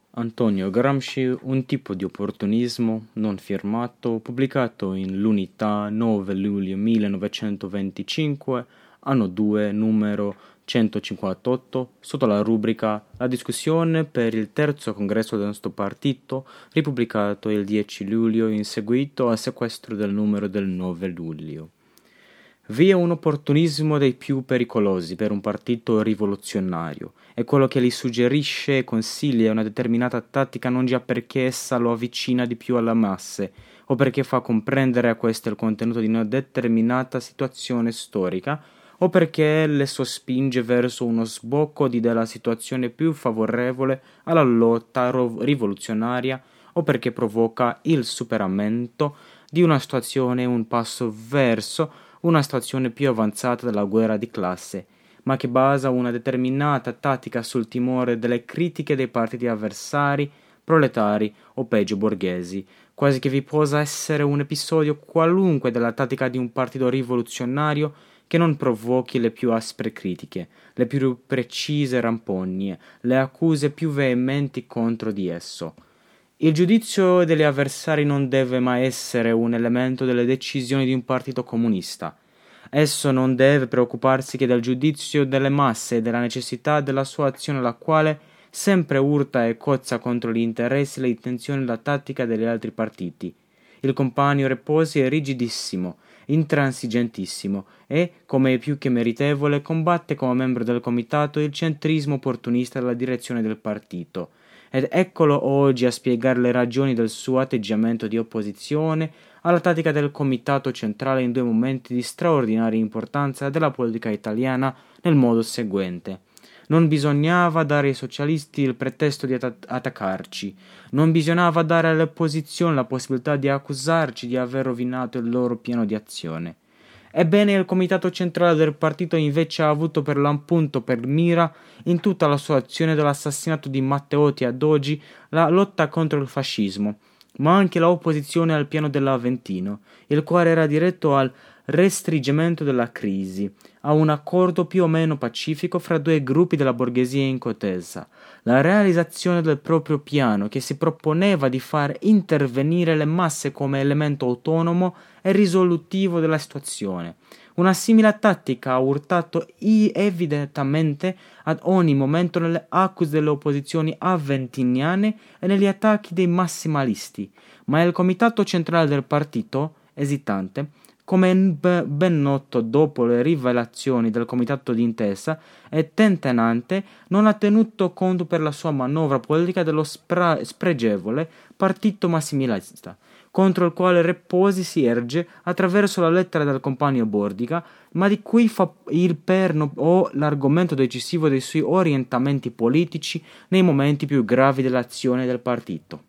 Antonio Gramsci, un tipo di opportunismo non firmato, pubblicato in l'Unità 9 luglio 1925, anno 2, numero 158, sotto la rubrica La discussione per il terzo congresso del nostro partito, ripubblicato il 10 luglio in seguito al sequestro del numero del 9 luglio. Vi è un opportunismo dei più pericolosi per un partito rivoluzionario, e quello che gli suggerisce e consiglia una determinata tattica non già perché essa lo avvicina di più alle masse, o perché fa comprendere a queste il contenuto di una determinata situazione storica, o perché le sospinge verso uno sbocco della situazione più favorevole alla lotta rivoluzionaria, o perché provoca il superamento di una situazione e un passo verso una situazione più avanzata della guerra di classe, ma che basa una determinata tattica sul timore delle critiche dei partiti avversari, proletari o peggio borghesi, quasi che vi possa essere un episodio qualunque della tattica di un partito rivoluzionario che non provochi le più aspre critiche, le più precise rampogne, le accuse più veementi contro di esso. Il giudizio degli avversari non deve mai essere un elemento delle decisioni di un partito comunista. Esso non deve preoccuparsi che del giudizio delle masse e della necessità della sua azione, la quale sempre urta e cozza contro gli interessi, le intenzioni e la tattica degli altri partiti. Il compagno Reposi è rigidissimo, intransigentissimo e, come è più che meritevole, combatte come membro del comitato il centrismo opportunista della direzione del partito. Ed eccolo oggi a spiegare le ragioni del suo atteggiamento di opposizione alla tattica del comitato centrale in due momenti di straordinaria importanza della politica italiana nel modo seguente. Non bisognava dare ai socialisti il pretesto di attaccarci, non bisognava dare alle opposizioni la possibilità di accusarci di aver rovinato il loro piano di azione. Ebbene, il comitato centrale del partito invece ha avuto per l'appunto per mira, in tutta la sua azione dall'assassinato di Matteotti ad oggi, la lotta contro il fascismo, ma anche l'opposizione al piano dell'Aventino, il quale era diretto al restringimento della crisi, a un accordo più o meno pacifico fra due gruppi della borghesia in contesa, la realizzazione del proprio piano che si proponeva di far intervenire le masse come elemento autonomo e risolutivo della situazione. Una simile tattica ha urtato evidentemente ad ogni momento nelle accuse delle opposizioni avventiniane e negli attacchi dei massimalisti, ma il comitato centrale del partito, esitante, come è ben noto dopo le rivelazioni del comitato d'intesa, e tentennante, non ha tenuto conto per la sua manovra politica dello spregevole partito massimilista, contro il quale Reposi si erge attraverso la lettera del compagno Bordiga, ma di cui fa il perno o l'argomento decisivo dei suoi orientamenti politici nei momenti più gravi dell'azione del partito.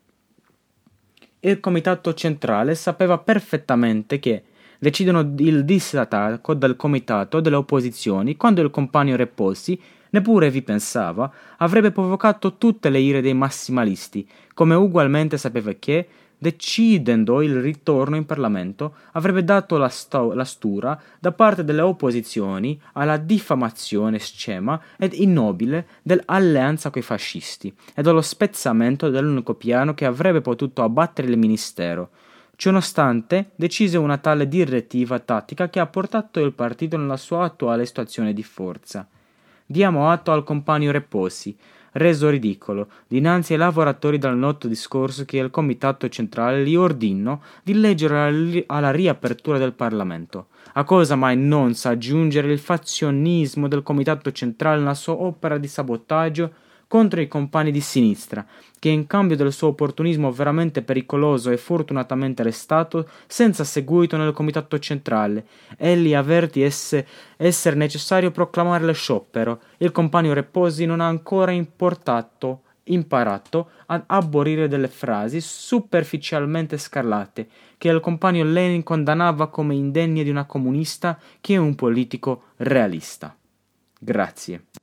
Il comitato centrale sapeva perfettamente che decidono il distacco dal comitato delle opposizioni quando il compagno Reposi, neppure vi pensava, avrebbe provocato tutte le ire dei massimalisti, come ugualmente sapeva che, decidendo il ritorno in Parlamento, avrebbe dato la stura da parte delle opposizioni alla diffamazione scema ed ignobile dell'alleanza coi fascisti ed allo spezzamento dell'unico piano che avrebbe potuto abbattere il ministero. Ciononostante, decise una tale direttiva tattica che ha portato il partito nella sua attuale situazione di forza. Diamo atto al compagno Reposi, reso ridicolo, dinanzi ai lavoratori dal noto discorso che il comitato centrale gli ordinò di leggere alla riapertura del Parlamento. A cosa mai non sa aggiungere il fazionismo del comitato centrale nella sua opera di sabotaggio contro i compagni di sinistra, che in cambio del suo opportunismo veramente pericoloso e fortunatamente arrestato, senza seguito nel comitato centrale, egli avvertì essere necessario proclamare lo sciopero. Il compagno Reposi non ha ancora imparato ad aborrire delle frasi superficialmente scarlate, che il compagno Lenin condannava come indegne di una comunista che è un politico realista. Grazie.